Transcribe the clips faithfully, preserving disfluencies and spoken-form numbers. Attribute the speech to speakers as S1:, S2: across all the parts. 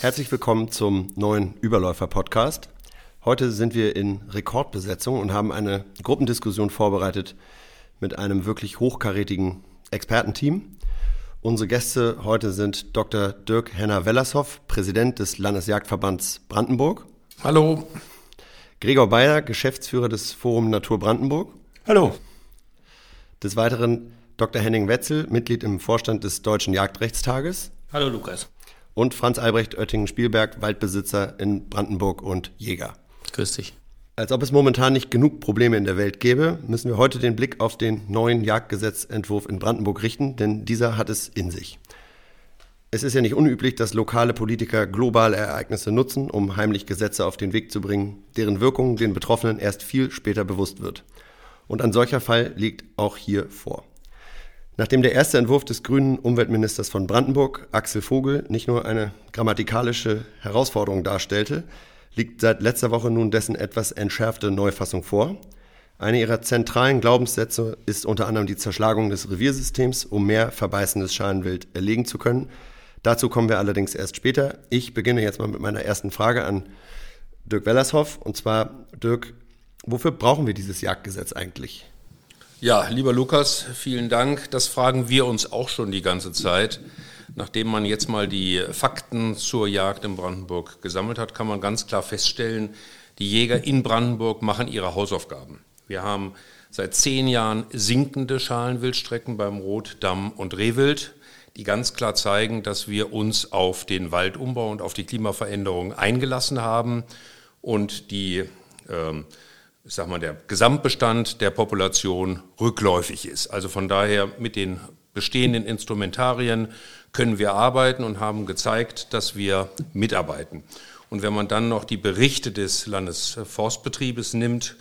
S1: Herzlich willkommen zum neuen Überläufer-Podcast. Heute sind wir in Rekordbesetzung und haben eine Gruppendiskussion vorbereitet mit einem wirklich hochkarätigen Expertenteam. Unsere Gäste heute sind Doktor Dirk Henner-Wellershoff, Präsident des Landesjagdverbands Brandenburg.
S2: Hallo.
S1: Gregor Beyer, Geschäftsführer des Forum Natur Brandenburg.
S3: Hallo.
S1: Des Weiteren Doktor Henning Wetzel, Mitglied im Vorstand des Deutschen Jagdrechtstages.
S3: Hallo Lukas.
S1: Und Franz Albrecht Oettingen-Spielberg, Waldbesitzer in Brandenburg und Jäger.
S2: Grüß dich.
S1: Als ob es momentan nicht genug Probleme in der Welt gäbe, müssen wir heute den Blick auf den neuen Jagdgesetzentwurf in Brandenburg richten, denn dieser hat es in sich. Es ist ja nicht unüblich, dass lokale Politiker globale Ereignisse nutzen, um heimlich Gesetze auf den Weg zu bringen, deren Wirkung den Betroffenen erst viel später bewusst wird. Und ein solcher Fall liegt auch hier vor. Nachdem der erste Entwurf des grünen Umweltministers von Brandenburg, Axel Vogel, nicht nur eine grammatikalische Herausforderung darstellte, liegt seit letzter Woche nun dessen etwas entschärfte Neufassung vor. Eine ihrer zentralen Glaubenssätze ist unter anderem die Zerschlagung des Reviersystems, um mehr verbeißendes Schalenwild erlegen zu können. Dazu kommen wir allerdings erst später. Ich beginne jetzt mal mit meiner ersten Frage an Dirk Wellershoff. Und zwar, Dirk, wofür brauchen wir dieses Jagdgesetz eigentlich?
S2: Ja, lieber Lukas, vielen Dank. Das fragen wir uns auch schon die ganze Zeit. Nachdem man jetzt mal die Fakten zur Jagd in Brandenburg gesammelt hat, kann man ganz klar feststellen, die Jäger in Brandenburg machen ihre Hausaufgaben. Wir haben seit zehn Jahren sinkende Schalenwildstrecken beim Rot-, Damm- und Rehwild, die ganz klar zeigen, dass wir uns auf den Waldumbau und auf die Klimaveränderung eingelassen haben und die ähm, ich sag mal, der Gesamtbestand der Population rückläufig ist. Also von daher mit den bestehenden Instrumentarien können wir arbeiten und haben gezeigt, dass wir mitarbeiten. Und wenn man dann noch die Berichte des Landesforstbetriebes nimmt,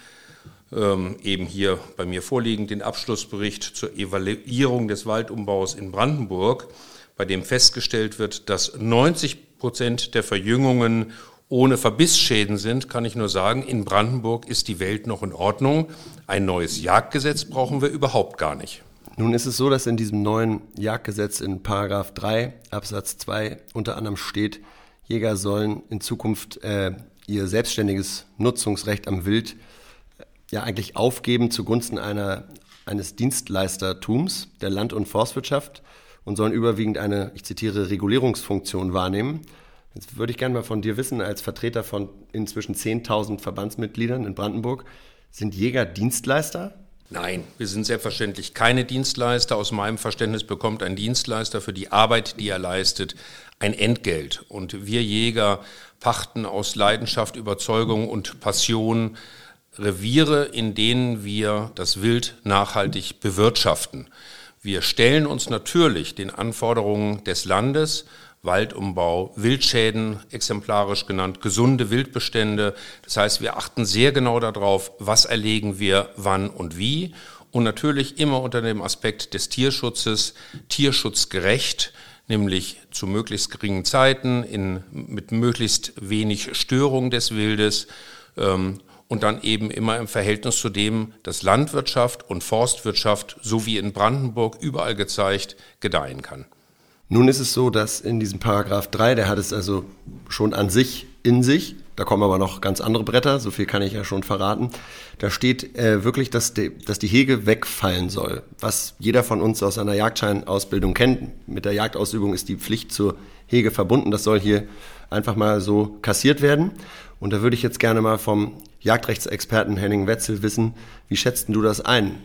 S2: ähm, eben hier bei mir vorliegen, den Abschlussbericht zur Evaluierung des Waldumbaus in Brandenburg, bei dem festgestellt wird, dass neunzig Prozent der Verjüngungen ohne Verbissschäden sind, kann ich nur sagen, in Brandenburg ist die Welt noch in Ordnung. Ein neues Jagdgesetz brauchen wir überhaupt gar nicht.
S1: Nun ist es so, dass in diesem neuen Jagdgesetz in Paragraph drei Absatz zwei unter anderem steht, Jäger sollen in Zukunft äh, ihr selbstständiges Nutzungsrecht am Wild äh, ja eigentlich aufgeben zugunsten einer, eines Dienstleistertums der Land- und Forstwirtschaft und sollen überwiegend eine, ich zitiere, Regulierungsfunktion wahrnehmen. Jetzt würde ich gerne mal von dir wissen, als Vertreter von inzwischen zehntausend Verbandsmitgliedern in Brandenburg, sind Jäger Dienstleister?
S2: Nein, wir sind selbstverständlich keine Dienstleister. Aus meinem Verständnis bekommt ein Dienstleister für die Arbeit, die er leistet, ein Entgelt. Und wir Jäger pachten aus Leidenschaft, Überzeugung und Passion Reviere, in denen wir das Wild nachhaltig bewirtschaften. Wir stellen uns natürlich den Anforderungen des Landes, Waldumbau, Wildschäden, exemplarisch genannt, gesunde Wildbestände. Das heißt, wir achten sehr genau darauf, was erlegen wir, wann und wie. Und natürlich immer unter dem Aspekt des Tierschutzes, tierschutzgerecht, nämlich zu möglichst geringen Zeiten, in, mit möglichst wenig Störung des Wildes ähm, und dann eben immer im Verhältnis zu dem, dass Landwirtschaft und Forstwirtschaft, so wie in Brandenburg überall gezeigt, gedeihen kann.
S1: Nun ist es so, dass in diesem Paragraph drei, der hat es also schon an sich in sich, da kommen aber noch ganz andere Bretter, so viel kann ich ja schon verraten, da steht äh, wirklich, dass die, dass die Hege wegfallen soll, was jeder von uns aus einer Jagdscheinausbildung kennt. Mit der Jagdausübung ist die Pflicht zur Hege verbunden, das soll hier einfach mal so kassiert werden. Und da würde ich jetzt gerne mal vom Jagdrechtsexperten Henning Wetzel wissen, wie schätzt du das ein?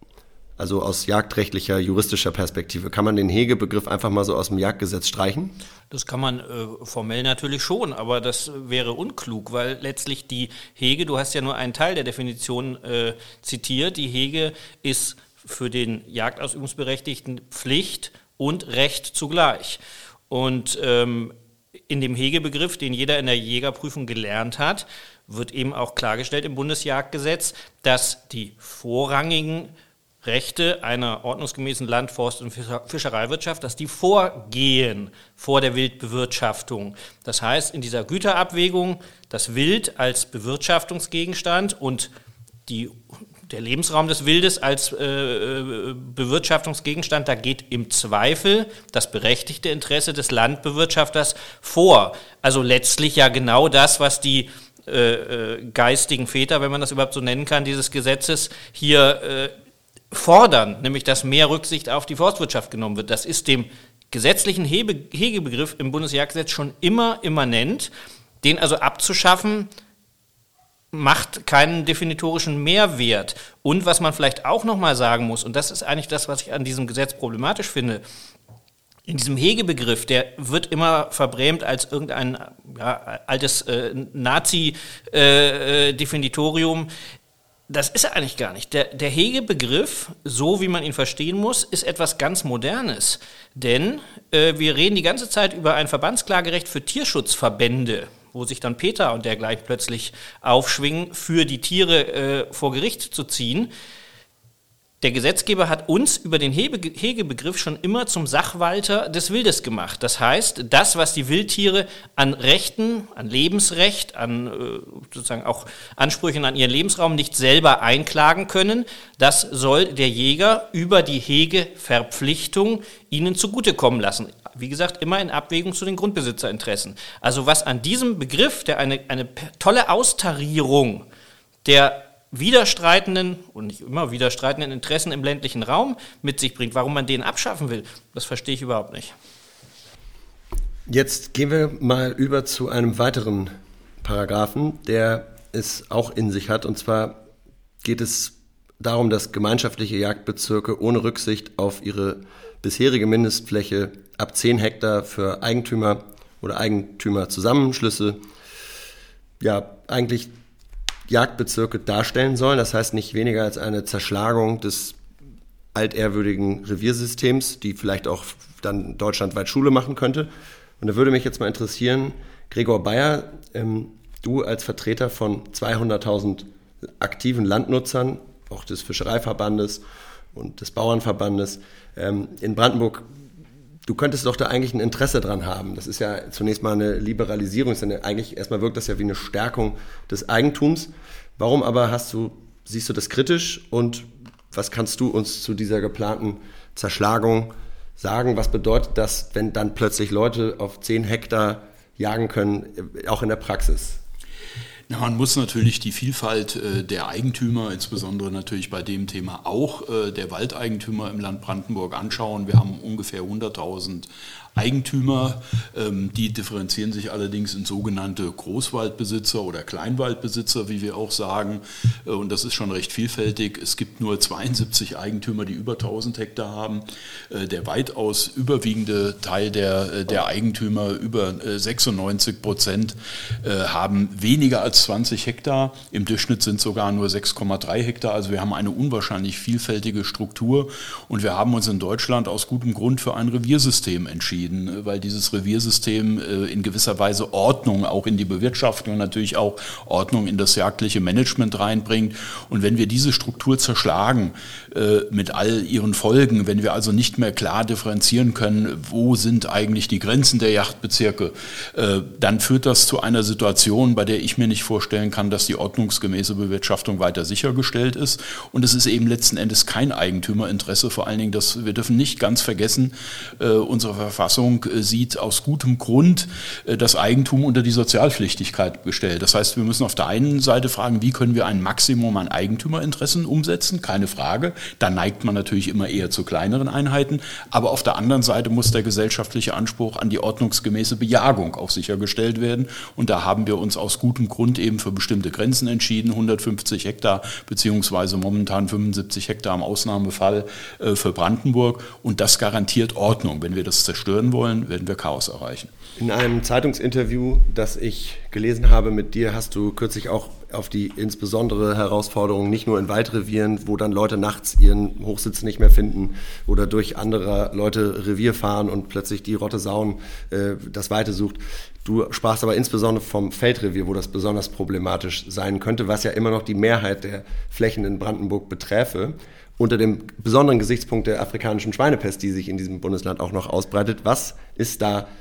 S1: Also aus jagdrechtlicher, juristischer Perspektive. Kann man den Hegebegriff einfach mal so aus dem Jagdgesetz streichen?
S3: Das kann man äh, formell natürlich schon, aber das wäre unklug, weil letztlich die Hege, du hast ja nur einen Teil der Definition äh, zitiert, die Hege ist für den Jagdausübungsberechtigten Pflicht und Recht zugleich. Und ähm, in dem Hegebegriff, den jeder in der Jägerprüfung gelernt hat, wird eben auch klargestellt im Bundesjagdgesetz, dass die vorrangigen Rechte einer ordnungsgemäßen Land-, Forst- und Fischereiwirtschaft, dass die vorgehen vor der Wildbewirtschaftung. Das heißt, in dieser Güterabwägung das Wild als Bewirtschaftungsgegenstand und die, der Lebensraum des Wildes als äh, Bewirtschaftungsgegenstand, da geht im Zweifel das berechtigte Interesse des Landbewirtschafters vor. Also letztlich ja genau das, was die äh, äh, geistigen Väter, wenn man das überhaupt so nennen kann, dieses Gesetzes hier äh, fordern, nämlich dass mehr Rücksicht auf die Forstwirtschaft genommen wird. Das ist dem gesetzlichen Hebe, Hegebegriff im Bundesjagdgesetz schon immer immanent. Den also abzuschaffen, macht keinen definitorischen Mehrwert. Und was man vielleicht auch nochmal sagen muss, und das ist eigentlich das, was ich an diesem Gesetz problematisch finde, in diesem Hegebegriff, der wird immer verbrämt als irgendein ja, altes äh, Nazi-Definitorium. Äh, das ist er eigentlich gar nicht. Der, der Hegebegriff, so wie man ihn verstehen muss, ist etwas ganz Modernes. Denn äh, wir reden die ganze Zeit über ein Verbandsklagerecht für Tierschutzverbände, wo sich dann Peter und dergleichen plötzlich aufschwingen, für die Tiere äh, vor Gericht zu ziehen. Der Gesetzgeber hat uns über den Hebe- Hegebegriff schon immer zum Sachwalter des Wildes gemacht. Das heißt, das, was die Wildtiere an Rechten, an Lebensrecht, an äh, sozusagen auch Ansprüchen an ihren Lebensraum nicht selber einklagen können, das soll der Jäger über die Hegeverpflichtung ihnen zugutekommen lassen. Wie gesagt, immer in Abwägung zu den Grundbesitzerinteressen. Also was an diesem Begriff, der eine, eine tolle Austarierung der widerstreitenden und nicht immer widerstreitenden Interessen im ländlichen Raum mit sich bringt, warum man den abschaffen will, das verstehe ich überhaupt nicht.
S1: Jetzt gehen wir mal über zu einem weiteren Paragraphen, der es auch in sich hat. Und zwar geht es darum, dass gemeinschaftliche Jagdbezirke ohne Rücksicht auf ihre bisherige Mindestfläche ab zehn Hektar für Eigentümer oder Eigentümerzusammenschlüsse ja eigentlich Jagdbezirke darstellen sollen. Das heißt nicht weniger als eine Zerschlagung des altehrwürdigen Reviersystems, die vielleicht auch dann deutschlandweit Schule machen könnte. Und da würde mich jetzt mal interessieren, Gregor Bayer, ähm, du als Vertreter von zweihunderttausend aktiven Landnutzern, auch des Fischereiverbandes und des Bauernverbandes ähm, in Brandenburg, du könntest doch da eigentlich ein Interesse dran haben. Das ist ja zunächst mal eine Liberalisierung, ist eine, eigentlich erstmal wirkt das ja wie eine Stärkung des Eigentums. Warum aber hast du, siehst du das kritisch und was kannst du uns zu dieser geplanten Zerschlagung sagen? Was bedeutet das, wenn dann plötzlich Leute auf zehn Hektar jagen können, auch in der Praxis?
S4: Ja, man muss natürlich die Vielfalt äh, der Eigentümer, insbesondere natürlich bei dem Thema auch äh, der Waldeigentümer im Land Brandenburg anschauen. Wir haben ungefähr hunderttausend Eigentümer, ähm, die differenzieren sich allerdings in sogenannte Großwaldbesitzer oder Kleinwaldbesitzer, wie wir auch sagen. Äh, und das ist schon recht vielfältig. Es gibt nur zweiundsiebzig Eigentümer, die über tausend Hektar haben. Äh, der weitaus überwiegende Teil der, der Eigentümer, über äh, sechsundneunzig Prozent, äh, haben weniger als zwanzig Hektar. Im Durchschnitt sind sogar nur sechs Komma drei Hektar. Also wir haben eine unwahrscheinlich vielfältige Struktur und wir haben uns in Deutschland aus gutem Grund für ein Reviersystem entschieden, weil dieses Reviersystem in gewisser Weise Ordnung auch in die Bewirtschaftung und natürlich auch Ordnung in das jagdliche Management reinbringt. Und wenn wir diese Struktur zerschlagen mit all ihren Folgen, wenn wir also nicht mehr klar differenzieren können, wo sind eigentlich die Grenzen der Jagdbezirke, dann führt das zu einer Situation, bei der ich mir nicht vorstellen kann, dass die ordnungsgemäße Bewirtschaftung weiter sichergestellt ist. Und es ist eben letzten Endes kein Eigentümerinteresse, vor allen Dingen, dass wir dürfen nicht ganz vergessen, unsere Verfassung sieht aus gutem Grund das Eigentum unter die Sozialpflichtigkeit gestellt. Das heißt, wir müssen auf der einen Seite fragen, wie können wir ein Maximum an Eigentümerinteressen umsetzen? Keine Frage. Da neigt man natürlich immer eher zu kleineren Einheiten. Aber auf der anderen Seite muss der gesellschaftliche Anspruch an die ordnungsgemäße Bejagung auch sichergestellt werden. Und da haben wir uns aus gutem Grund eben für bestimmte Grenzen entschieden. hundertfünfzig Hektar beziehungsweise momentan fünfundsiebzig Hektar im Ausnahmefall äh, für Brandenburg. Und das garantiert Ordnung. Wenn wir das zerstören wollen, werden wir Chaos erreichen.
S1: In einem Zeitungsinterview, das ich gelesen habe mit dir, hast du kürzlich auch auf die insbesondere Herausforderung nicht nur in Waldrevieren, wo dann Leute nachts ihren Hochsitz nicht mehr finden oder durch andere Leute Revier fahren und plötzlich die Rotte Sauen äh, das Weite sucht. Du sprachst aber insbesondere vom Feldrevier, wo das besonders problematisch sein könnte, was ja immer noch die Mehrheit der Flächen in Brandenburg beträfe. Unter dem besonderen Gesichtspunkt der afrikanischen Schweinepest, die sich in diesem Bundesland auch noch ausbreitet. Was ist da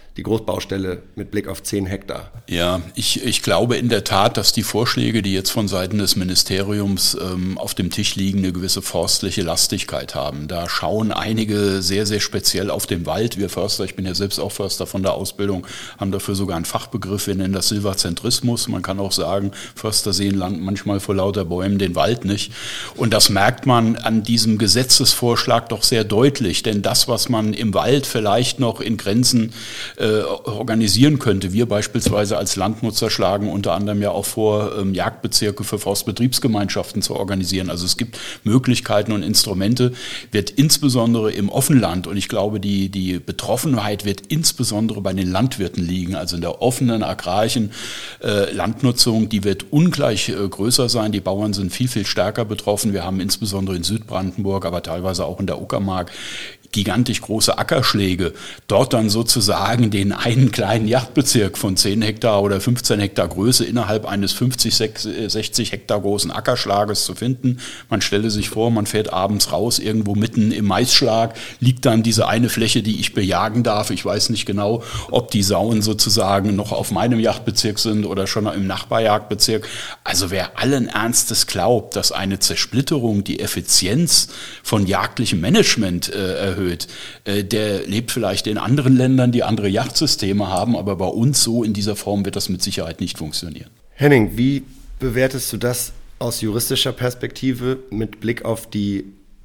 S1: die Großbaustelle mit Blick auf zehn Hektar.
S4: Ja, ich, ich glaube in der Tat, dass die Vorschläge, die jetzt von Seiten des Ministeriums ähm, auf dem Tisch liegen, eine gewisse forstliche Lastigkeit haben. Da schauen einige sehr, sehr speziell auf den Wald. Wir Förster, ich bin ja selbst auch Förster von der Ausbildung, haben dafür sogar einen Fachbegriff, wir nennen das Silvazentrismus. Man kann auch sagen, Förster sehen manchmal vor lauter Bäumen den Wald nicht. Und das merkt man an diesem Gesetzesvorschlag doch sehr deutlich, denn das, was man im Wald vielleicht noch in Grenzen äh, organisieren könnte, wir beispielsweise als Landnutzer schlagen unter anderem ja auch vor, ähm, Jagdbezirke für Forstbetriebsgemeinschaften zu organisieren. Also es gibt Möglichkeiten und Instrumente, wird insbesondere im Offenland, und ich glaube, die, die Betroffenheit wird insbesondere bei den Landwirten liegen, also in der offenen agrarischen äh, Landnutzung, die wird ungleich äh, größer sein. Die Bauern sind viel, viel stärker betroffen. Wir haben insbesondere in Südbrandenburg, aber teilweise auch in der Uckermark gigantisch große Ackerschläge, dort dann sozusagen den einen kleinen Jagdbezirk von zehn Hektar oder fünfzehn Hektar Größe innerhalb eines fünfzig, sechzig Hektar großen Ackerschlages zu finden. Man stelle sich vor, man fährt abends raus, irgendwo mitten im Maisschlag liegt dann diese eine Fläche, die ich bejagen darf. Ich weiß nicht genau, ob die Sauen sozusagen noch auf meinem Jagdbezirk sind oder schon im Nachbarjagdbezirk. Also wer allen Ernstes glaubt, dass eine Zersplitterung die Effizienz von jagdlichem Management äh, erhöht, der lebt vielleicht in anderen Ländern, die andere Jagdsysteme haben, aber bei uns so in dieser Form wird das mit Sicherheit nicht funktionieren.
S1: Henning, wie bewertest du das aus juristischer Perspektive mit Blick auf die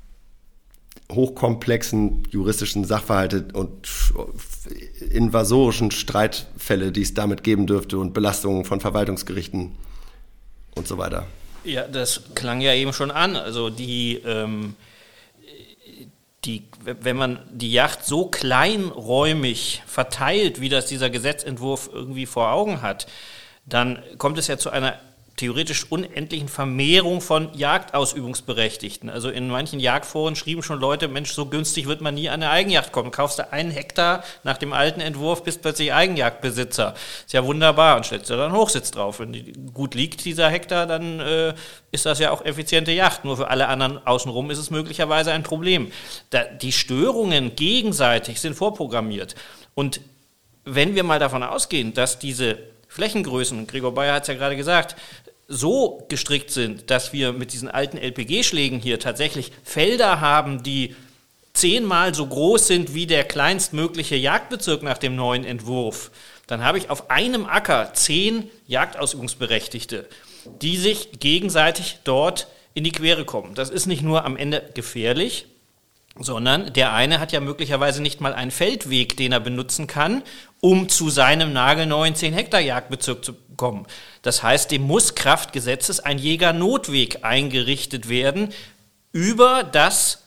S1: hochkomplexen juristischen Sachverhalte und invasorischen Streitfälle, die es damit geben dürfte und Belastungen von Verwaltungsgerichten und so weiter?
S3: Ja, das klang ja eben schon an. Also die ähm Die, wenn man die Jagd so kleinräumig verteilt, wie das dieser Gesetzentwurf irgendwie vor Augen hat, dann kommt es ja zu einer theoretisch unendlichen Vermehrung von Jagdausübungsberechtigten. Also in manchen Jagdforen schrieben schon Leute, Mensch, so günstig wird man nie an eine Eigenjagd kommen. Kaufst du einen Hektar nach dem alten Entwurf, bist plötzlich Eigenjagdbesitzer. Ist ja wunderbar und stellst du dann Hochsitz drauf. Wenn die gut liegt, dieser Hektar, dann äh, ist das ja auch effiziente Jagd. Nur für alle anderen außenrum ist es möglicherweise ein Problem. Da, die Störungen gegenseitig sind vorprogrammiert. Und wenn wir mal davon ausgehen, dass diese Flächengrößen, Gregor Bayer hat es ja gerade gesagt, so gestrickt sind, dass wir mit diesen alten L P G-Schlägen hier tatsächlich Felder haben, die zehnmal so groß sind wie der kleinstmögliche Jagdbezirk nach dem neuen Entwurf, dann habe ich auf einem Acker zehn Jagdausübungsberechtigte, die sich gegenseitig dort in die Quere kommen. Das ist nicht nur am Ende gefährlich, sondern der eine hat ja möglicherweise nicht mal einen Feldweg, den er benutzen kann, um zu seinem nagelneuen zehn Hektar Jagdbezirk zu kommen. Das heißt, dem muss Kraft Gesetzes ein Jägernotweg eingerichtet werden über das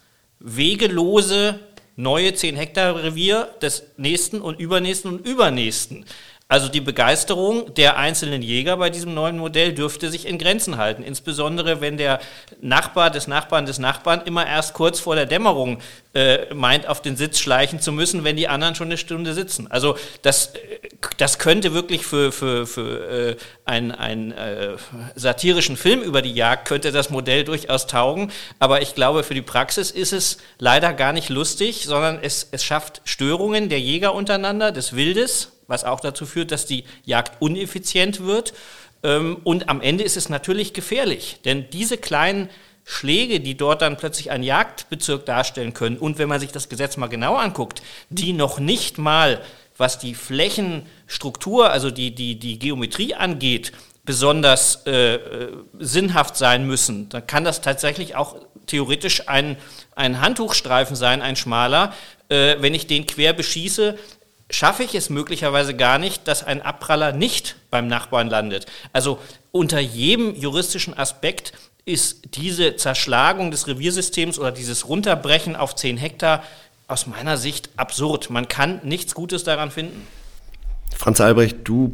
S3: wegelose neue zehn Hektar Revier des nächsten und übernächsten und übernächsten. Also die Begeisterung der einzelnen Jäger bei diesem neuen Modell dürfte sich in Grenzen halten, insbesondere wenn der Nachbar des Nachbarn des Nachbarn immer erst kurz vor der Dämmerung äh, meint, auf den Sitz schleichen zu müssen, wenn die anderen schon eine Stunde sitzen. Also das, das könnte wirklich für, für, für äh, einen, einen äh, satirischen Film über die Jagd, könnte das Modell durchaus taugen, aber ich glaube, für die Praxis ist es leider gar nicht lustig, sondern es, es schafft Störungen der Jäger untereinander, des Wildes, was auch dazu führt, dass die Jagd uneffizient wird. Und am Ende ist es natürlich gefährlich, denn diese kleinen Schläge, die dort dann plötzlich einen Jagdbezirk darstellen können und wenn man sich das Gesetz mal genau anguckt, die noch nicht mal, was die Flächenstruktur, also die, die, die Geometrie angeht, besonders äh, sinnhaft sein müssen, dann kann das tatsächlich auch theoretisch ein, ein Handtuchstreifen sein, ein schmaler. Äh, wenn ich den quer beschieße, schaffe ich es möglicherweise gar nicht, dass ein Abpraller nicht beim Nachbarn landet. Also unter jedem juristischen Aspekt ist diese Zerschlagung des Reviersystems oder dieses Runterbrechen auf zehn Hektar aus meiner Sicht absurd. Man kann nichts Gutes daran finden.
S1: Franz Albrecht, du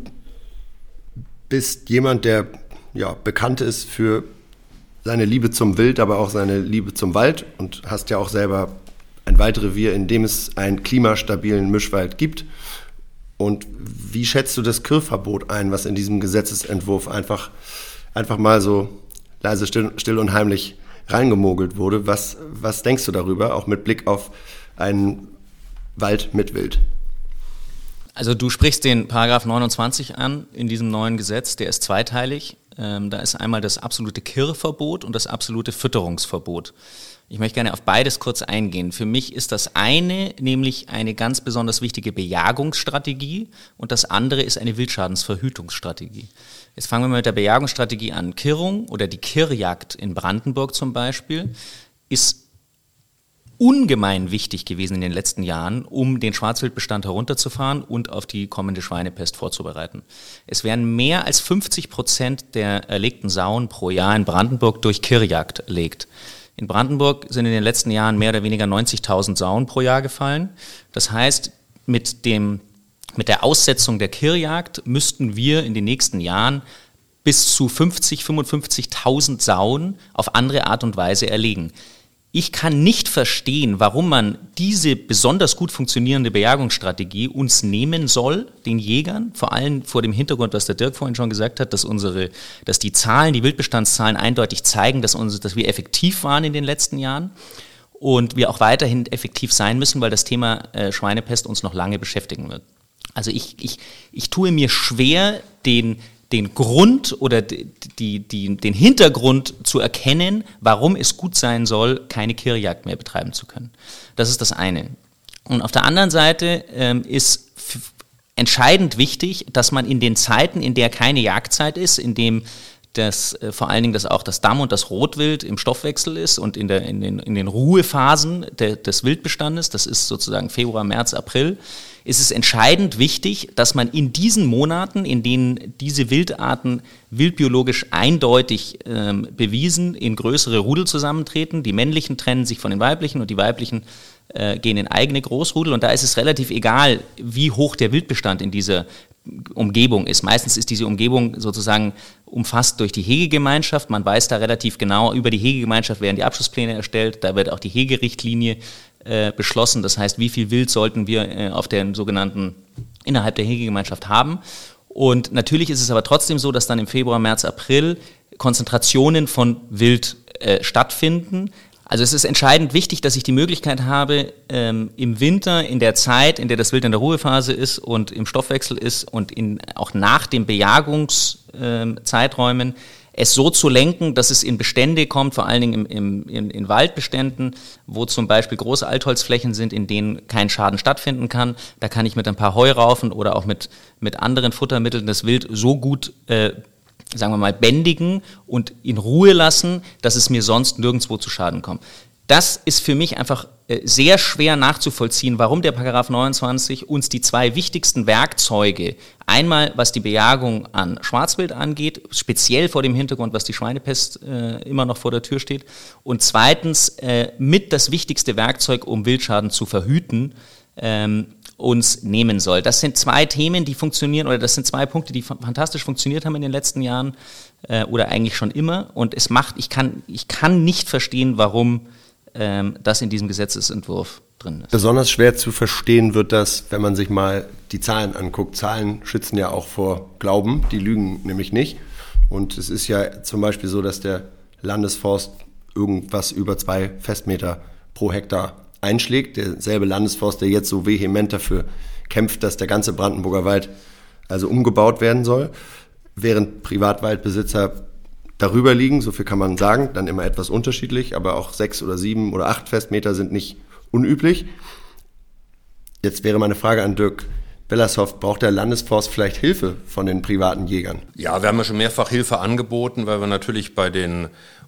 S1: bist jemand, der ja, bekannt ist für seine Liebe zum Wild, aber auch seine Liebe zum Wald und hast ja auch selber ein Waldrevier, in dem es einen klimastabilen Mischwald gibt. Und wie schätzt du das Kirrverbot ein, was in diesem Gesetzesentwurf einfach, einfach mal so leise, still, still und heimlich reingemogelt wurde? Was, was denkst du darüber, auch mit Blick auf einen Wald mit Wild?
S5: Also du sprichst den Paragraph neunundzwanzig an in diesem neuen Gesetz, der ist zweiteilig. Ähm, da ist einmal das absolute Kirrverbot und das absolute Fütterungsverbot. Ich möchte gerne auf beides kurz eingehen. Für mich ist das eine nämlich eine ganz besonders wichtige Bejagungsstrategie und das andere ist eine Wildschadensverhütungsstrategie. Jetzt fangen wir mal mit der Bejagungsstrategie an. Kirrung oder die Kirrjagd in Brandenburg zum Beispiel ist ungemein wichtig gewesen in den letzten Jahren, um den Schwarzwildbestand herunterzufahren und auf die kommende Schweinepest vorzubereiten. Es werden mehr als fünfzig Prozent der erlegten Sauen pro Jahr in Brandenburg durch Kirrjagd erlegt. In Brandenburg sind in den letzten Jahren mehr oder weniger neunzigtausend Sauen pro Jahr gefallen. Das heißt, mit dem, mit der Aussetzung der Kirrjagd müssten wir in den nächsten Jahren bis zu fünfzig, fünfundfünfzigtausend Sauen auf andere Art und Weise erlegen. Ich kann nicht verstehen, warum man diese besonders gut funktionierende Bejagungsstrategie uns nehmen soll, den Jägern, vor allem vor dem Hintergrund, was der Dirk vorhin schon gesagt hat, dass unsere, dass die Zahlen, die Wildbestandszahlen eindeutig zeigen, dass, uns, dass wir effektiv waren in den letzten Jahren und wir auch weiterhin effektiv sein müssen, weil das Thema äh, Schweinepest uns noch lange beschäftigen wird. Also ich, ich, ich tue mir schwer, den den Grund oder die, die, die, den Hintergrund zu erkennen, warum es gut sein soll, keine Kirrjagd mehr betreiben zu können. Das ist das eine. Und auf der anderen Seite ähm, ist f- entscheidend wichtig, dass man in den Zeiten, in der keine Jagdzeit ist, in dem das, äh, vor allen Dingen dass auch das Damm- und das Rotwild im Stoffwechsel ist und in, der, in, den, in den Ruhephasen de, des Wildbestandes, das ist sozusagen Februar, März, April, ist es entscheidend wichtig, dass man in diesen Monaten, in denen diese Wildarten wildbiologisch eindeutig ähm, bewiesen in größere Rudel zusammentreten, die männlichen trennen sich von den weiblichen und die weiblichen äh, gehen in eigene Großrudel und da ist es relativ egal, wie hoch der Wildbestand in dieser Umgebung ist. Meistens ist diese Umgebung sozusagen umfasst durch die Hegegemeinschaft. Man weiß da relativ genau, über die Hegegemeinschaft werden die Abschlusspläne erstellt, da wird auch die Hegerichtlinie äh, beschlossen. Das heißt, wie viel Wild sollten wir äh, auf der sogenannten, innerhalb der Hegegemeinschaft haben. Und natürlich ist es aber trotzdem so, dass dann im Februar, März, April Konzentrationen von Wild äh, stattfinden. Also es ist entscheidend wichtig, dass ich die Möglichkeit habe, ähm, im Winter, in der Zeit, in der das Wild in der Ruhephase ist und im Stoffwechsel ist und in, auch nach den Bejagungszeiträumen, ähm, es so zu lenken, dass es in Bestände kommt, vor allen Dingen im, im, in, in Waldbeständen, wo zum Beispiel große Altholzflächen sind, in denen kein Schaden stattfinden kann. Da kann ich mit ein paar Heuraufen oder auch mit, mit anderen Futtermitteln das Wild so gut äh, sagen wir mal, bändigen und in Ruhe lassen, dass es mir sonst nirgendwo zu Schaden kommt. Das ist für mich einfach äh, sehr schwer nachzuvollziehen, warum der Paragraph neunundzwanzig uns die zwei wichtigsten Werkzeuge, einmal was die Bejagung an Schwarzwild angeht, speziell vor dem Hintergrund, was die Schweinepest äh, immer noch vor der Tür steht, und zweitens äh, mit das wichtigste Werkzeug, um Wildschaden zu verhüten, ähm, uns nehmen soll. Das sind zwei Themen, die funktionieren, oder das sind zwei Punkte, die fantastisch funktioniert haben in den letzten Jahren äh, oder eigentlich schon immer. Und es macht, ich kann, ich kann nicht verstehen, warum ähm, das in diesem Gesetzesentwurf drin ist.
S1: Besonders schwer zu verstehen wird das, wenn man sich mal die Zahlen anguckt. Zahlen schützen ja auch vor Glauben, die lügen nämlich nicht. Und es ist ja zum Beispiel so, dass der Landesforst irgendwas über zwei Festmeter pro Hektar einschlägt. Derselbe Landesforst, der jetzt so vehement dafür kämpft, dass der ganze Brandenburger Wald also umgebaut werden soll, während Privatwaldbesitzer darüber liegen, so viel kann man sagen, dann immer etwas unterschiedlich, aber auch sechs oder sieben oder acht Festmeter sind nicht unüblich. Jetzt wäre meine Frage an Dirk Bellershoff, braucht der Landesforst vielleicht Hilfe von den privaten Jägern?
S2: Ja, wir haben ja schon mehrfach Hilfe angeboten, weil wir natürlich bei den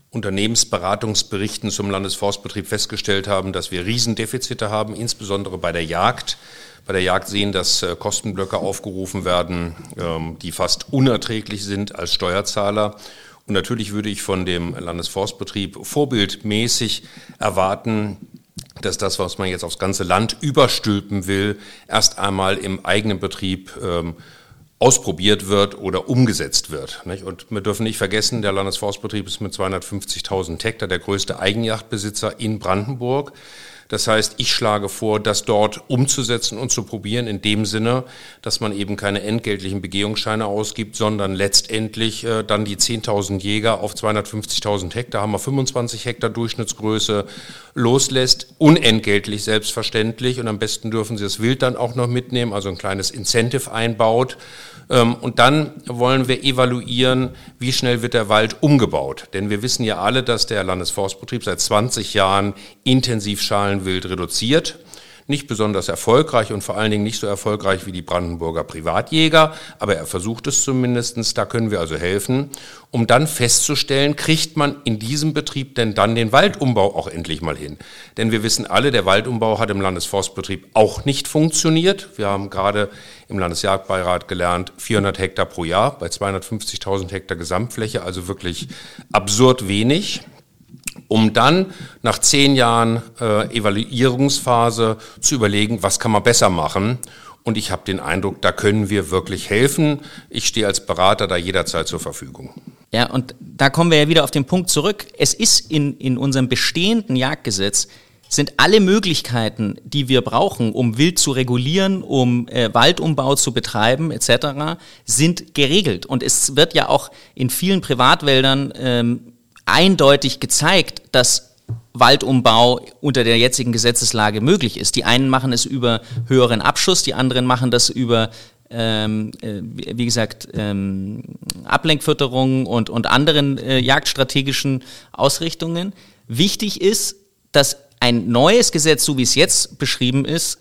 S2: Unternehmensberatungsberichten zum Landesforstbetrieb festgestellt haben, dass wir Riesendefizite haben, insbesondere bei der Jagd. Bei der Jagd sehen, dass äh, Kostenblöcke aufgerufen werden, ähm, die fast unerträglich sind als Steuerzahler. Und natürlich würde ich von dem Landesforstbetrieb vorbildmäßig erwarten, dass das, was man jetzt aufs ganze Land überstülpen will, erst einmal im eigenen Betrieb ähm, ausprobiert wird oder umgesetzt wird. Nicht? Und wir dürfen nicht vergessen, der Landesforstbetrieb ist mit zweihundertfünfzigtausend Hektar der größte Eigenjagdbesitzer in Brandenburg. Das heißt, ich schlage vor, das dort umzusetzen und zu probieren, in dem Sinne, dass man eben keine entgeltlichen Begehungsscheine ausgibt, sondern letztendlich äh, dann die zehntausend Jäger auf zweihundertfünfzigtausend Hektar, haben wir fünfundzwanzig Hektar Durchschnittsgröße, loslässt, unentgeltlich selbstverständlich, und am besten dürfen Sie das Wild dann auch noch mitnehmen, also ein kleines Incentive einbaut. Und dann wollen wir evaluieren, wie schnell wird der Wald umgebaut. Denn wir wissen ja alle, dass der Landesforstbetrieb seit zwanzig Jahren intensiv Schalenwild reduziert. Nicht besonders erfolgreich und vor allen Dingen nicht so erfolgreich wie die Brandenburger Privatjäger, aber er versucht es zumindestens. Da können wir also helfen, um dann festzustellen, kriegt man in diesem Betrieb denn dann den Waldumbau auch endlich mal hin. Denn wir wissen alle, der Waldumbau hat im Landesforstbetrieb auch nicht funktioniert. Wir haben gerade im Landesjagdbeirat gelernt, vierhundert Hektar pro Jahr bei zweihundertfünfzigtausend Hektar Gesamtfläche, also wirklich absurd wenig. Um dann nach zehn Jahren äh, Evaluierungsphase zu überlegen, was kann man besser machen. Und ich habe den Eindruck, da können wir wirklich helfen. Ich stehe als Berater da jederzeit zur Verfügung.
S5: Ja, und da kommen wir ja wieder auf den Punkt zurück. Es ist in, in unserem bestehenden Jagdgesetz, sind alle Möglichkeiten, die wir brauchen, um Wild zu regulieren, um äh, Waldumbau zu betreiben et cetera, sind geregelt. Und es wird ja auch in vielen Privatwäldern ähm, eindeutig gezeigt, dass Waldumbau unter der jetzigen Gesetzeslage möglich ist. Die einen machen es über höheren Abschuss, die anderen machen das über, ähm, äh, wie gesagt, ähm, Ablenkfütterung und, und anderen äh, jagdstrategischen Ausrichtungen. Wichtig ist, dass ein neues Gesetz, so wie es jetzt beschrieben ist,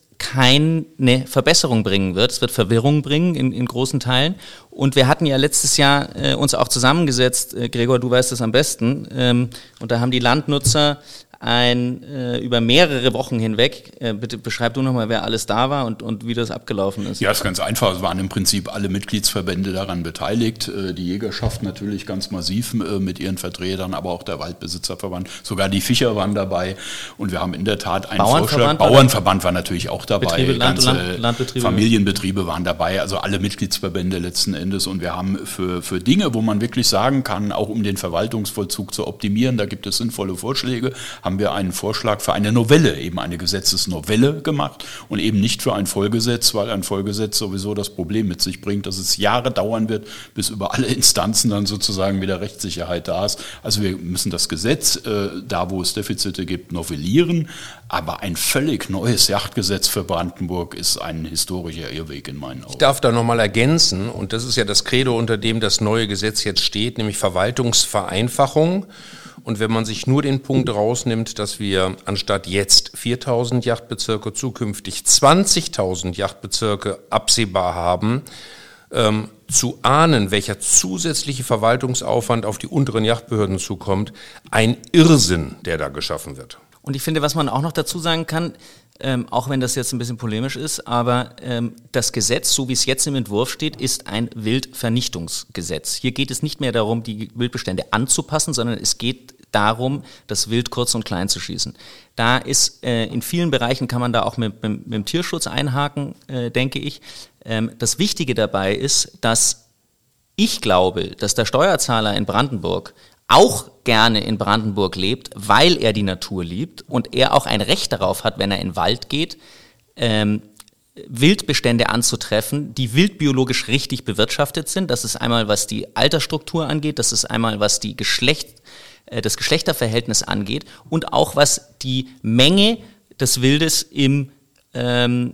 S5: keine Verbesserung bringen wird. Es wird Verwirrung bringen in, in großen Teilen. Und wir hatten ja letztes Jahr äh, uns auch zusammengesetzt, äh, Gregor, du weißt es am besten, ähm, und da haben die Landnutzer ein äh, über mehrere Wochen hinweg, äh, bitte beschreib du nochmal, wer alles da war und, und wie das abgelaufen ist.
S4: Ja, es ist ganz einfach. Es waren im Prinzip alle Mitgliedsverbände daran beteiligt. Äh, die Jägerschaft natürlich ganz massiv äh, mit ihren Vertretern, aber auch der Waldbesitzerverband. Sogar die Fischer waren dabei. Und wir haben in der Tat einen Vorschlag. Bauernverband war natürlich auch dabei.
S5: Betriebe, Land,
S4: ganze
S5: Land, Landbetriebe.
S4: Familienbetriebe waren dabei. Also alle Mitgliedsverbände letzten Endes. Und wir haben für, für Dinge, wo man wirklich sagen kann, auch um den Verwaltungsvollzug zu optimieren, da gibt es sinnvolle Vorschläge, haben wir einen Vorschlag für eine Novelle, eben eine Gesetzesnovelle gemacht und eben nicht für ein Vollgesetz, weil ein Vollgesetz sowieso das Problem mit sich bringt, dass es Jahre dauern wird, bis über alle Instanzen dann sozusagen wieder Rechtssicherheit da ist. Also wir müssen das Gesetz, äh, da wo es Defizite gibt, novellieren, aber ein völlig neues Jagdgesetz für Brandenburg ist ein historischer Irrweg in meinen Augen.
S2: Ich darf da nochmal ergänzen, und das ist ja das Credo, unter dem das neue Gesetz jetzt steht, nämlich Verwaltungsvereinfachung. Und wenn man sich nur den Punkt rausnimmt, dass wir anstatt jetzt viertausend Jagdbezirke zukünftig zwanzigtausend Jagdbezirke absehbar haben, ähm, zu ahnen, welcher zusätzliche Verwaltungsaufwand auf die unteren Jagdbehörden zukommt, ein Irrsinn, der da geschaffen wird.
S5: Und ich finde, was man auch noch dazu sagen kann, ähm, auch wenn das jetzt ein bisschen polemisch ist, aber ähm, das Gesetz, so wie es jetzt im Entwurf steht, ist ein Wildvernichtungsgesetz. Hier geht es nicht mehr darum, die Wildbestände anzupassen, sondern es geht darum, das Wild kurz und klein zu schießen. Da ist, äh, in vielen Bereichen kann man da auch mit, mit, mit dem Tierschutz einhaken, äh, denke ich. Ähm, das Wichtige dabei ist, dass ich glaube, dass der Steuerzahler in Brandenburg auch gerne in Brandenburg lebt, weil er die Natur liebt und er auch ein Recht darauf hat, wenn er in den Wald geht, ähm, Wildbestände anzutreffen, die wildbiologisch richtig bewirtschaftet sind. Das ist einmal, was die Altersstruktur angeht, das ist einmal, was die Geschlecht, äh, das Geschlechterverhältnis angeht und auch was die Menge des Wildes im, ähm,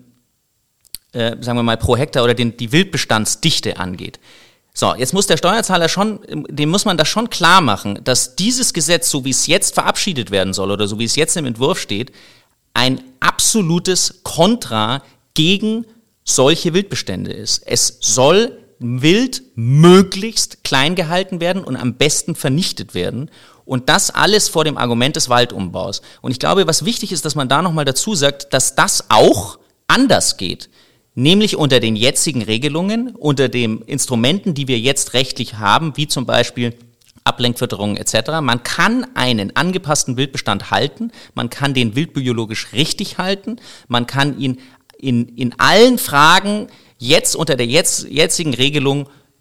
S5: äh, sagen wir mal, pro Hektar oder den, die Wildbestandsdichte angeht. So, jetzt muss der Steuerzahler schon, dem muss man das schon klar machen, dass dieses Gesetz, so wie es jetzt verabschiedet werden soll oder so wie es jetzt im Entwurf steht, ein absolutes Kontra gegen solche Wildbestände ist. Es soll Wild möglichst klein gehalten werden und am besten vernichtet werden. Und das alles vor dem Argument des Waldumbaus. Und ich glaube, was wichtig ist, dass man da nochmal dazu sagt, dass das auch anders geht. Nämlich unter den jetzigen Regelungen, unter den Instrumenten, die wir jetzt rechtlich haben, wie zum Beispiel Ablenkfütterung et cetera. Man kann einen angepassten Wildbestand halten, man kann den wildbiologisch richtig halten, man kann ihn in, in allen Fragen jetzt unter der jetzt, jetzigen Regelung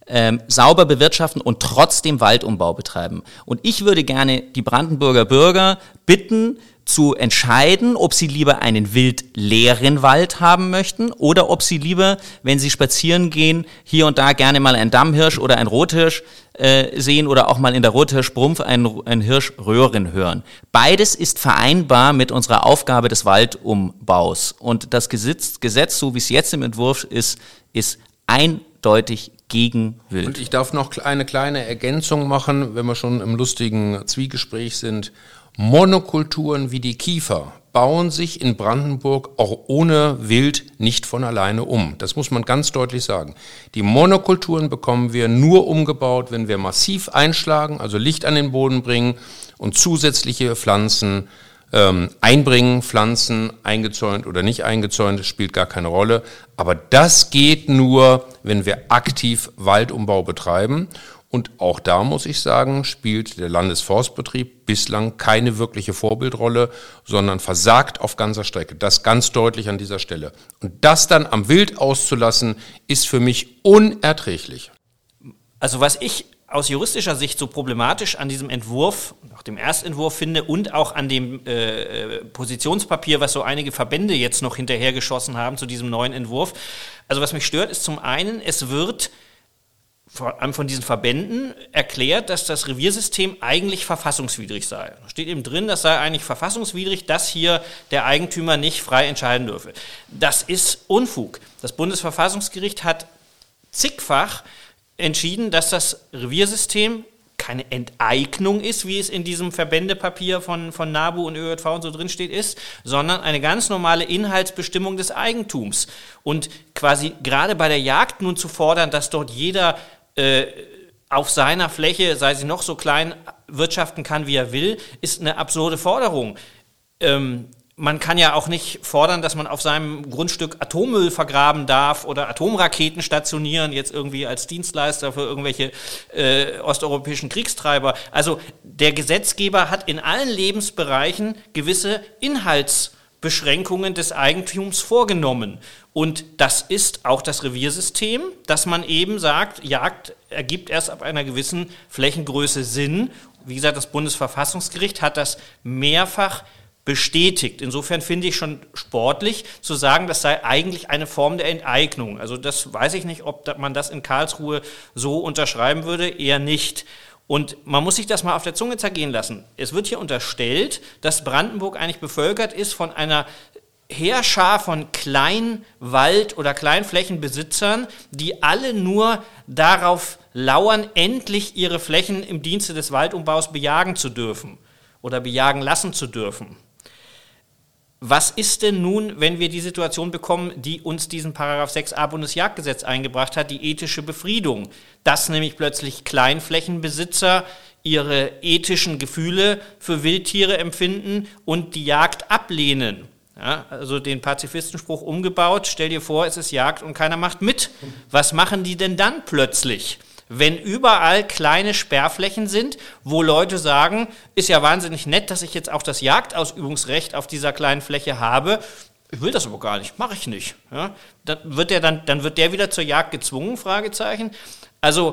S5: ähm, sauber bewirtschaften und trotzdem Waldumbau betreiben. Und ich würde gerne die Brandenburger Bürger bitten, zu entscheiden, ob sie lieber einen wildleeren Wald haben möchten oder ob sie lieber, wenn sie spazieren gehen, hier und da gerne mal einen Dammhirsch oder einen Rothirsch äh, sehen oder auch mal in der Rothirschbrumpf einen, einen Hirsch röhren hören. Beides ist vereinbar mit unserer Aufgabe des Waldumbaus. Und das Gesetz, Gesetz so wie es jetzt im Entwurf ist, ist eindeutig gegen Wild.
S2: Und ich darf noch eine kleine Ergänzung machen, wenn wir schon im lustigen Zwiegespräch sind. Monokulturen wie die Kiefer bauen sich in Brandenburg auch ohne Wild nicht von alleine um. Das muss man ganz deutlich sagen. Die Monokulturen bekommen wir nur umgebaut, wenn wir massiv einschlagen, also Licht an den Boden bringen und zusätzliche Pflanzen ähm, einbringen. Pflanzen eingezäunt oder nicht eingezäunt, spielt gar keine Rolle. Aber das geht nur, wenn wir aktiv Waldumbau betreiben. Und auch da muss ich sagen, spielt der Landesforstbetrieb bislang keine wirkliche Vorbildrolle, sondern versagt auf ganzer Strecke. Das ganz deutlich an dieser Stelle. Und das dann am Wild auszulassen, ist für mich unerträglich.
S3: Also was ich aus juristischer Sicht so problematisch an diesem Entwurf, auch dem Erstentwurf finde und auch an dem äh, Positionspapier, was so einige Verbände jetzt noch hinterhergeschossen haben zu diesem neuen Entwurf. Also was mich stört, ist zum einen, es wird vor allem von diesen Verbänden erklärt, dass das Reviersystem eigentlich verfassungswidrig sei. Da steht eben drin, das sei eigentlich verfassungswidrig, dass hier der Eigentümer nicht frei entscheiden dürfe. Das ist Unfug. Das Bundesverfassungsgericht hat zigfach entschieden, dass das Reviersystem keine Enteignung ist, wie es in diesem Verbändepapier von, von NABU und Ö J V und so drin steht, ist, sondern eine ganz normale Inhaltsbestimmung des Eigentums. Und quasi gerade bei der Jagd nun zu fordern, dass dort jeder äh, auf seiner Fläche, sei sie noch so klein, wirtschaften kann, wie er will, ist eine absurde Forderung. Ähm, Man kann ja auch nicht fordern, dass man auf seinem Grundstück Atommüll vergraben darf oder Atomraketen stationieren, jetzt irgendwie als Dienstleister für irgendwelche äh, osteuropäischen Kriegstreiber. Also der Gesetzgeber hat in allen Lebensbereichen gewisse Inhaltsbeschränkungen des Eigentums vorgenommen. Und das ist auch das Reviersystem, dass man eben sagt, Jagd ergibt erst ab einer gewissen Flächengröße Sinn. Wie gesagt, das Bundesverfassungsgericht hat das mehrfach bestätigt. Insofern finde ich schon sportlich zu sagen, das sei eigentlich eine Form der Enteignung. Also das weiß ich nicht, ob man das in Karlsruhe so unterschreiben würde, eher nicht. Und man muss sich das mal auf der Zunge zergehen lassen. Es wird hier unterstellt, dass Brandenburg eigentlich bevölkert ist von einer Heerschar von Kleinwald- oder Kleinflächenbesitzern, die alle nur darauf lauern, endlich ihre Flächen im Dienste des Waldumbaus bejagen zu dürfen oder bejagen lassen zu dürfen. Was ist denn nun, wenn wir die Situation bekommen, die uns diesen Paragraph sechs a Bundesjagdgesetz eingebracht hat, die ethische Befriedung, dass nämlich plötzlich Kleinflächenbesitzer ihre ethischen Gefühle für Wildtiere empfinden und die Jagd ablehnen? Ja, also den Pazifistenspruch umgebaut, stell dir vor, es ist Jagd und keiner macht mit. Was machen die denn dann plötzlich? Wenn überall kleine Sperrflächen sind, wo Leute sagen, ist ja wahnsinnig nett, dass ich jetzt auch das Jagdausübungsrecht auf dieser kleinen Fläche habe, ich will das aber gar nicht, mache ich nicht. Ja, dann wird der dann, dann wird der wieder zur Jagd gezwungen, Fragezeichen. Also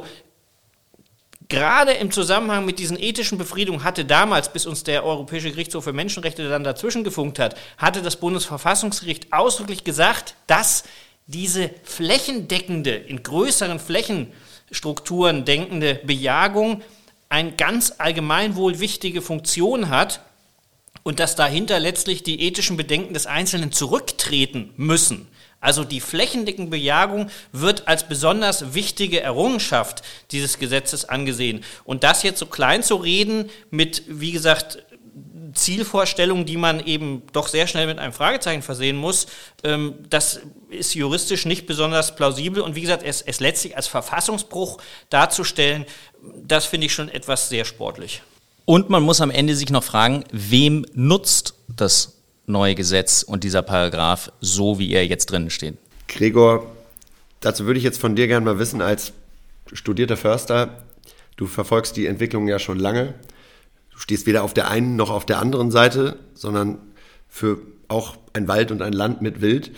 S3: gerade im Zusammenhang mit diesen ethischen Befriedungen hatte damals, bis uns der Europäische Gerichtshof für Menschenrechte dann dazwischen gefunkt hat, hatte das Bundesverfassungsgericht ausdrücklich gesagt, dass diese flächendeckende, in größeren Flächenstrukturen denkende Bejagung eine ganz allgemein wohl wichtige Funktion hat und dass dahinter letztlich die ethischen Bedenken des Einzelnen zurücktreten müssen. Also die flächendeckende Bejagung wird als besonders wichtige Errungenschaft dieses Gesetzes angesehen. Und das jetzt so klein zu reden mit, wie gesagt, Zielvorstellungen, die man eben doch sehr schnell mit einem Fragezeichen versehen muss, ähm, das ist juristisch nicht besonders plausibel. Und wie gesagt, es, es letztlich als Verfassungsbruch darzustellen, das finde ich schon etwas sehr sportlich.
S5: Und man muss am Ende sich noch fragen, wem nutzt das neue Gesetz und dieser Paragraph so, wie er jetzt drinnen steht?
S1: Gregor, dazu würde ich jetzt von dir gerne mal wissen, als studierter Förster, du verfolgst die Entwicklung ja schon lange. Du stehst weder auf der einen noch auf der anderen Seite, sondern für auch ein Wald und ein Land mit Wild.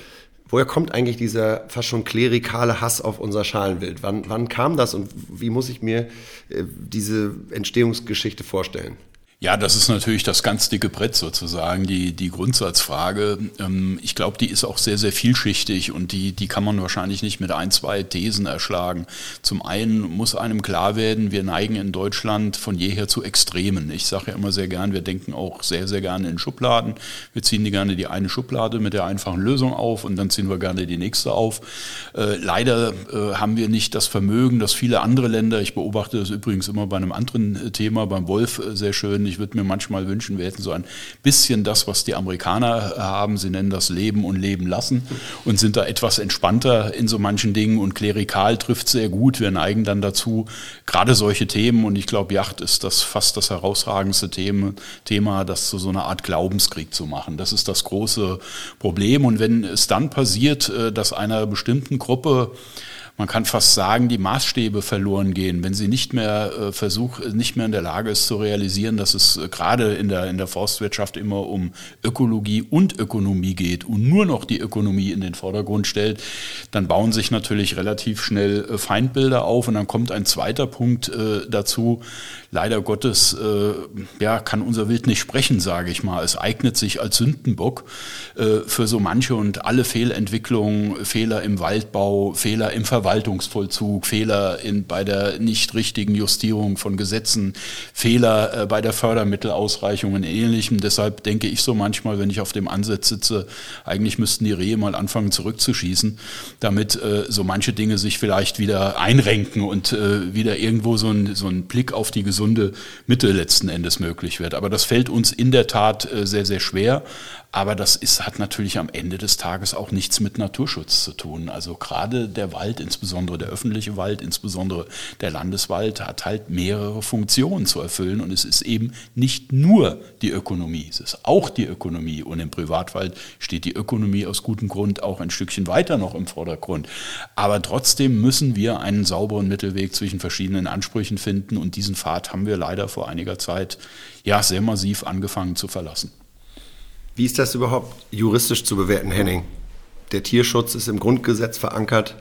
S1: Woher kommt eigentlich dieser fast schon klerikale Hass auf unser Schalenwild? Wann, wann kam das und wie muss ich mir äh, diese Entstehungsgeschichte vorstellen?
S4: Ja, das ist natürlich das ganz dicke Brett sozusagen, die, die Grundsatzfrage. Ich glaube, die ist auch sehr, sehr vielschichtig und die, die kann man wahrscheinlich nicht mit ein, zwei Thesen erschlagen. Zum einen muss einem klar werden, wir neigen in Deutschland von jeher zu Extremen. Ich sage ja immer sehr gern, wir denken auch sehr, sehr gerne in Schubladen. Wir ziehen die gerne die eine Schublade mit der einfachen Lösung auf und dann ziehen wir gerne die nächste auf. Äh, leider äh, haben wir nicht das Vermögen, dass viele andere Länder, ich beobachte das übrigens immer bei einem anderen Thema, beim Wolf äh, sehr schön. Ich würde mir manchmal wünschen, wir hätten so ein bisschen das, was die Amerikaner haben. Sie nennen das Leben und Leben lassen und sind da etwas entspannter in so manchen Dingen und klerikal trifft sehr gut. Wir neigen dann dazu, gerade solche Themen und ich glaube, Yacht ist das fast das herausragendste Thema, Thema, das zu so einer Art Glaubenskrieg zu machen. Das ist das große Problem und wenn es dann passiert, dass einer bestimmten Gruppe, man kann fast sagen, die Maßstäbe verloren gehen, wenn sie nicht mehr äh, versucht, nicht mehr in der Lage ist zu realisieren, dass es äh, gerade in der, in der Forstwirtschaft immer um Ökologie und Ökonomie geht und nur noch die Ökonomie in den Vordergrund stellt, dann bauen sich natürlich relativ schnell äh, Feindbilder auf und dann kommt ein zweiter Punkt äh, dazu. Leider Gottes äh, ja, kann unser Wild nicht sprechen, sage ich mal. Es eignet sich als Sündenbock äh, für so manche und alle Fehlentwicklungen, Fehler im Waldbau, Fehler im Verwaltungsvollzug, Fehler in, bei der nicht richtigen Justierung von Gesetzen, Fehler äh, bei der Fördermittelausreichung und Ähnlichem. Deshalb denke ich so manchmal, wenn ich auf dem Ansatz sitze, eigentlich müssten die Rehe mal anfangen zurückzuschießen, damit äh, so manche Dinge sich vielleicht wieder einrenken und äh, wieder irgendwo so ein, so ein Blick auf die gesunde Mitte letzten Endes möglich wird. Aber das fällt uns in der Tat äh, sehr, sehr schwer. Aber das ist, hat natürlich am Ende des Tages auch nichts mit Naturschutz zu tun. Also gerade der Wald, insbesondere der öffentliche Wald, insbesondere der Landeswald, hat halt mehrere Funktionen zu erfüllen. Und es ist eben nicht nur die Ökonomie, es ist auch die Ökonomie. Und im Privatwald steht die Ökonomie aus gutem Grund auch ein Stückchen weiter noch im Vordergrund. Aber trotzdem müssen wir einen sauberen Mittelweg zwischen verschiedenen Ansprüchen finden. Und diesen Pfad haben wir leider vor einiger Zeit ja sehr massiv angefangen zu verlassen.
S1: Wie ist das überhaupt juristisch zu bewerten, Henning? Der Tierschutz ist im Grundgesetz verankert,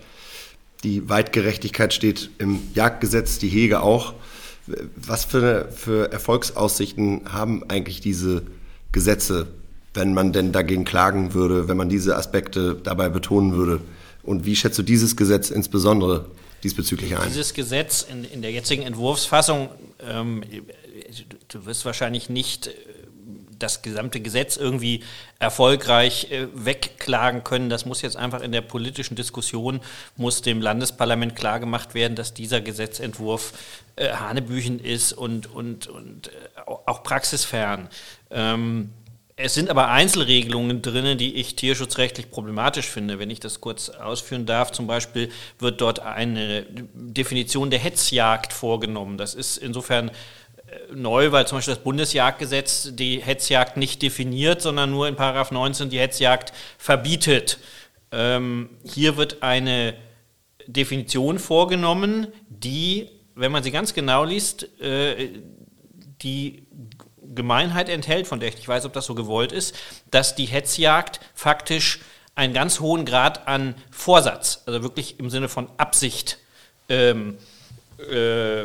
S1: die Weitgerechtigkeit steht im Jagdgesetz, die Hege auch. Was für, für Erfolgsaussichten haben eigentlich diese Gesetze, wenn man denn dagegen klagen würde, wenn man diese Aspekte dabei betonen würde? Und wie schätzt du dieses Gesetz insbesondere diesbezüglich ein?
S3: Dieses Gesetz in, in der jetzigen Entwurfsfassung, ähm, du wirst wahrscheinlich nicht das gesamte Gesetz irgendwie erfolgreich äh, wegklagen können. Das muss jetzt einfach in der politischen Diskussion, muss dem Landesparlament klargemacht werden, dass dieser Gesetzentwurf äh, hanebüchen ist und, und, und äh, auch praxisfern. Ähm, es sind aber Einzelregelungen drin, die ich tierschutzrechtlich problematisch finde. Wenn ich das kurz ausführen darf, zum Beispiel wird dort eine Definition der Hetzjagd vorgenommen. Das ist insofern neu, weil zum Beispiel das Bundesjagdgesetz die Hetzjagd nicht definiert, sondern nur in Paragraph neunzehn die Hetzjagd verbietet. Ähm, hier wird eine Definition vorgenommen, die, wenn man sie ganz genau liest, äh, die Gemeinheit enthält, von der ich nicht weiß, ob das so gewollt ist, dass die Hetzjagd faktisch einen ganz hohen Grad an Vorsatz, also wirklich im Sinne von Absicht, ähm, äh,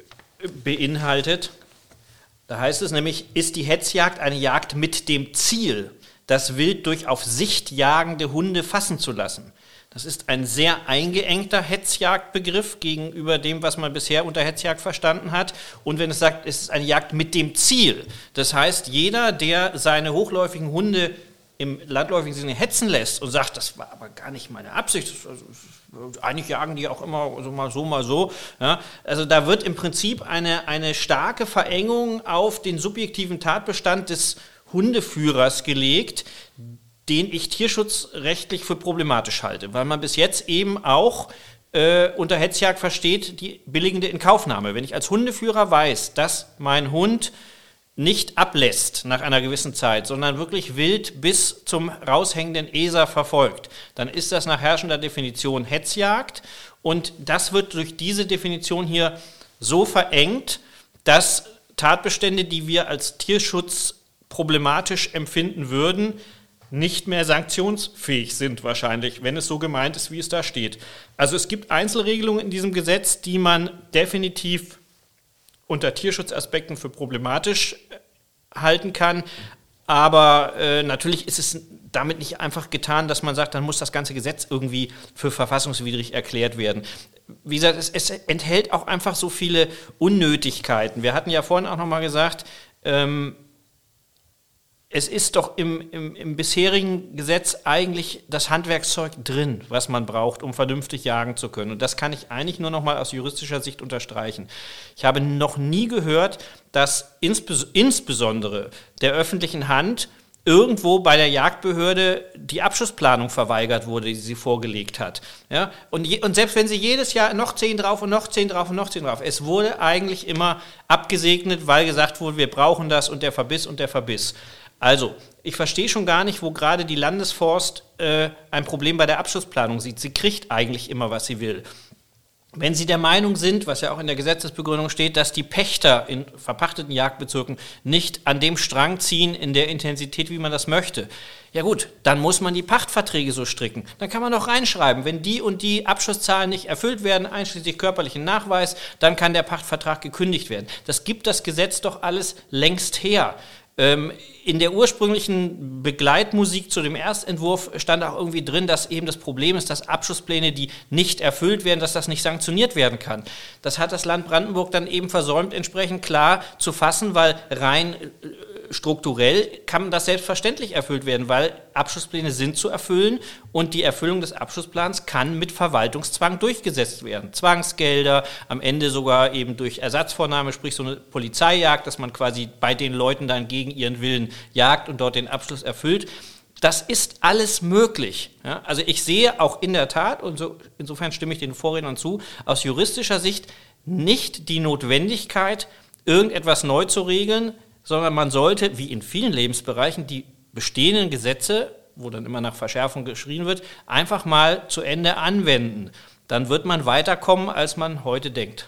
S3: beinhaltet. Da heißt es nämlich, ist die Hetzjagd eine Jagd mit dem Ziel, das Wild durch auf Sicht jagende Hunde fassen zu lassen. Das ist ein sehr eingeengter Hetzjagdbegriff gegenüber dem, was man bisher unter Hetzjagd verstanden hat. Und wenn es sagt, es ist eine Jagd mit dem Ziel, das heißt, jeder, der seine hochläufigen Hunde im landläufigen Sinne hetzen lässt und sagt, das war aber gar nicht meine Absicht, das, also, eigentlich jagen die auch immer so mal so, mal so. Ja. Also da wird im Prinzip eine, eine starke Verengung auf den subjektiven Tatbestand des Hundeführers gelegt, den ich tierschutzrechtlich für problematisch halte, weil man bis jetzt eben auch äh, unter Hetzjagd versteht die billigende Inkaufnahme. Wenn ich als Hundeführer weiß, dass mein Hund nicht ablässt nach einer gewissen Zeit, sondern wirklich wild bis zum raushängenden Eser verfolgt, dann ist das nach herrschender Definition Hetzjagd und das wird durch diese Definition hier so verengt, dass Tatbestände, die wir als Tierschutz problematisch empfinden würden, nicht mehr sanktionsfähig sind wahrscheinlich, wenn es so gemeint ist, wie es da steht. Also es gibt Einzelregelungen in diesem Gesetz, die man definitiv unter Tierschutzaspekten für problematisch halten kann. Aber äh, natürlich ist es damit nicht einfach getan, dass man sagt, dann muss das ganze Gesetz irgendwie für verfassungswidrig erklärt werden. Wie gesagt, es, es enthält auch einfach so viele Unnötigkeiten. Wir hatten ja vorhin auch nochmal gesagt, ähm, es ist doch im, im, im bisherigen Gesetz eigentlich das Handwerkszeug drin, was man braucht, um vernünftig jagen zu können. Und das kann ich eigentlich nur noch mal aus juristischer Sicht unterstreichen. Ich habe noch nie gehört, dass insbes- insbesondere der öffentlichen Hand irgendwo bei der Jagdbehörde die Abschussplanung verweigert wurde, die sie vorgelegt hat. Ja? Und, je, und selbst wenn sie jedes Jahr noch zehn drauf und noch zehn drauf und noch zehn drauf, es wurde eigentlich immer abgesegnet, weil gesagt wurde, wir brauchen das und der Verbiss und der Verbiss. Also, ich verstehe schon gar nicht, wo gerade die Landesforst äh, ein Problem bei der Abschussplanung sieht. Sie kriegt eigentlich immer, was sie will. Wenn Sie der Meinung sind, was ja auch in der Gesetzesbegründung steht, dass die Pächter in verpachteten Jagdbezirken nicht an dem Strang ziehen in der Intensität, wie man das möchte, ja gut, dann muss man die Pachtverträge so stricken. Dann kann man noch reinschreiben, wenn die und die Abschusszahlen nicht erfüllt werden, einschließlich körperlichen Nachweis, dann kann der Pachtvertrag gekündigt werden. Das gibt das Gesetz doch alles längst her. Ähm, in der ursprünglichen Begleitmusik zu dem Erstentwurf stand auch irgendwie drin, dass eben das Problem ist, dass Abschusspläne, die nicht erfüllt werden, dass das nicht sanktioniert werden kann. Das hat das Land Brandenburg dann eben versäumt, entsprechend klar zu fassen, weil rein äh, strukturell kann das selbstverständlich erfüllt werden, weil Abschusspläne sind zu erfüllen und die Erfüllung des Abschussplans kann mit Verwaltungszwang durchgesetzt werden. Zwangsgelder, am Ende sogar eben durch Ersatzvornahme, sprich so eine Polizeijagd, dass man quasi bei den Leuten dann gegen ihren Willen jagt und dort den Abschluss erfüllt. Das ist alles möglich. Ja, also ich sehe auch in der Tat, und so, insofern stimme ich den Vorrednern zu, aus juristischer Sicht nicht die Notwendigkeit, irgendetwas neu zu regeln, sondern man sollte, wie in vielen Lebensbereichen, die bestehenden Gesetze, wo dann immer nach Verschärfung geschrien wird, einfach mal zu Ende anwenden. Dann wird man weiterkommen, als man heute denkt.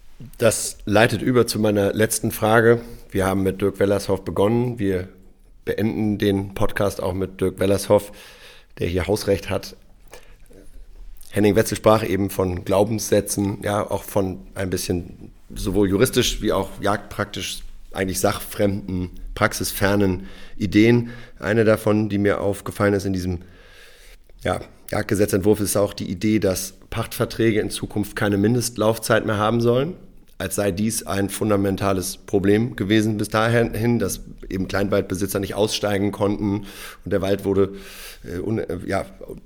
S1: Das leitet über zu meiner letzten Frage. Wir haben mit Dirk Wellershoff begonnen. Wir beenden den Podcast auch mit Dirk Wellershoff, der hier Hausrecht hat. Henning Wetzel sprach eben von Glaubenssätzen, ja, auch von ein bisschen sowohl juristisch wie auch jagdpraktisch eigentlich sachfremden, praxisfernen Ideen. Eine davon, die mir aufgefallen ist in diesem ja, Jagdgesetzentwurf, ist auch die Idee, dass Pachtverträge in Zukunft keine Mindestlaufzeit mehr haben sollen, als sei dies ein fundamentales Problem gewesen bis dahin, dass eben Kleinwaldbesitzer nicht aussteigen konnten und der Wald wurde äh, un, äh, ja,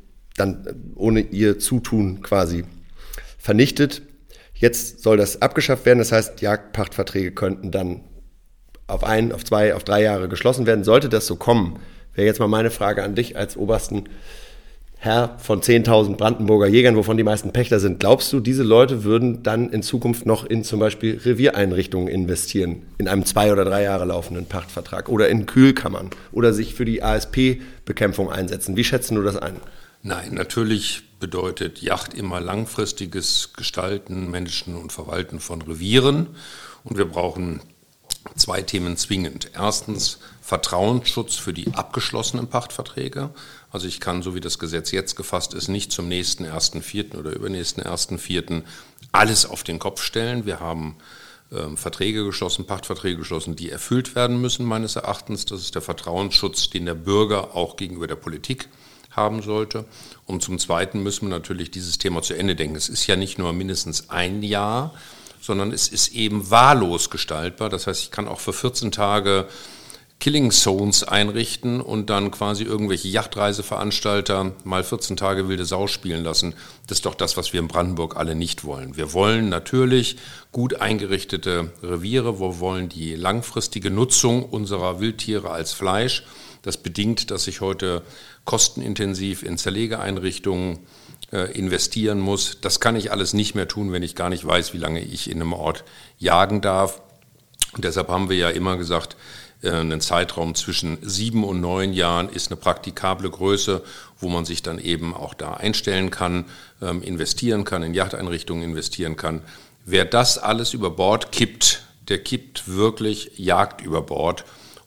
S1: dann ohne ihr Zutun quasi vernichtet. Jetzt soll das abgeschafft werden, das heißt, Jagdpachtverträge könnten dann auf ein, auf zwei, auf drei Jahre geschlossen werden. Sollte das so kommen, wäre jetzt mal meine Frage an dich als obersten Herr von zehntausend Brandenburger Jägern, wovon die meisten Pächter sind. Glaubst du, diese Leute würden dann in Zukunft noch in zum Beispiel Reviereinrichtungen investieren, in einem zwei oder drei Jahre laufenden Pachtvertrag oder in Kühlkammern oder sich für die A S P-Bekämpfung einsetzen? Wie schätzen du das ein?
S2: Nein, natürlich bedeutet Jagd immer langfristiges Gestalten, Managen und Verwalten von Revieren. Und wir brauchen zwei Themen zwingend. Erstens Vertrauensschutz für die abgeschlossenen Pachtverträge. Also ich kann, so wie das Gesetz jetzt gefasst ist, nicht zum nächsten ersten Vierten oder übernächsten ersten Vierten alles auf den Kopf stellen. Wir haben ähm, Verträge geschlossen, Pachtverträge geschlossen, die erfüllt werden müssen, meines Erachtens. Das ist der Vertrauensschutz, den der Bürger auch gegenüber der Politik haben sollte. Und zum Zweiten müssen wir natürlich dieses Thema zu Ende denken. Es ist ja nicht nur mindestens ein Jahr, sondern es ist eben wahllos gestaltbar. Das heißt, ich kann auch für vierzehn Tage Killing Zones einrichten und dann quasi irgendwelche Yachtreiseveranstalter mal vierzehn Tage wilde Sau spielen lassen. Das ist doch das, was wir in Brandenburg alle nicht wollen. Wir wollen natürlich gut eingerichtete Reviere, wir wollen die langfristige Nutzung unserer Wildtiere als Fleisch. Das bedingt, dass ich heute kostenintensiv in Zerlegeeinrichtungen äh, investieren muss. Das kann ich alles nicht mehr tun, wenn ich gar nicht weiß, wie lange ich in einem Ort jagen darf. Und deshalb haben wir ja immer gesagt, äh, ein Zeitraum zwischen sieben und neun Jahren ist eine praktikable Größe, wo man sich dann eben auch da einstellen kann, ähm, investieren kann, in Jagdeinrichtungen investieren kann. Wer das alles über Bord kippt, der kippt wirklich Jagd über Bord.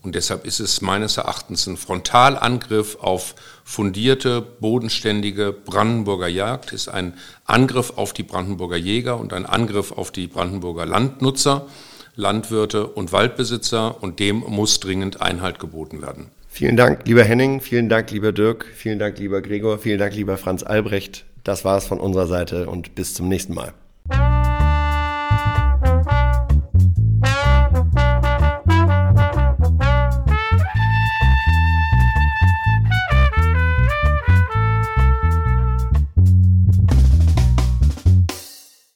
S2: Und deshalb ist es meines Erachtens ein Frontalangriff auf fundierte, bodenständige Brandenburger Jagd, ist ein Angriff auf die Brandenburger Jäger und ein Angriff auf die Brandenburger Landnutzer, Landwirte und Waldbesitzer, und dem muss dringend Einhalt geboten werden.
S1: Vielen Dank, lieber Henning, vielen Dank, lieber Dirk, vielen Dank, lieber Gregor, vielen Dank, lieber Franz Albrecht. Das war es von unserer Seite und bis zum nächsten Mal.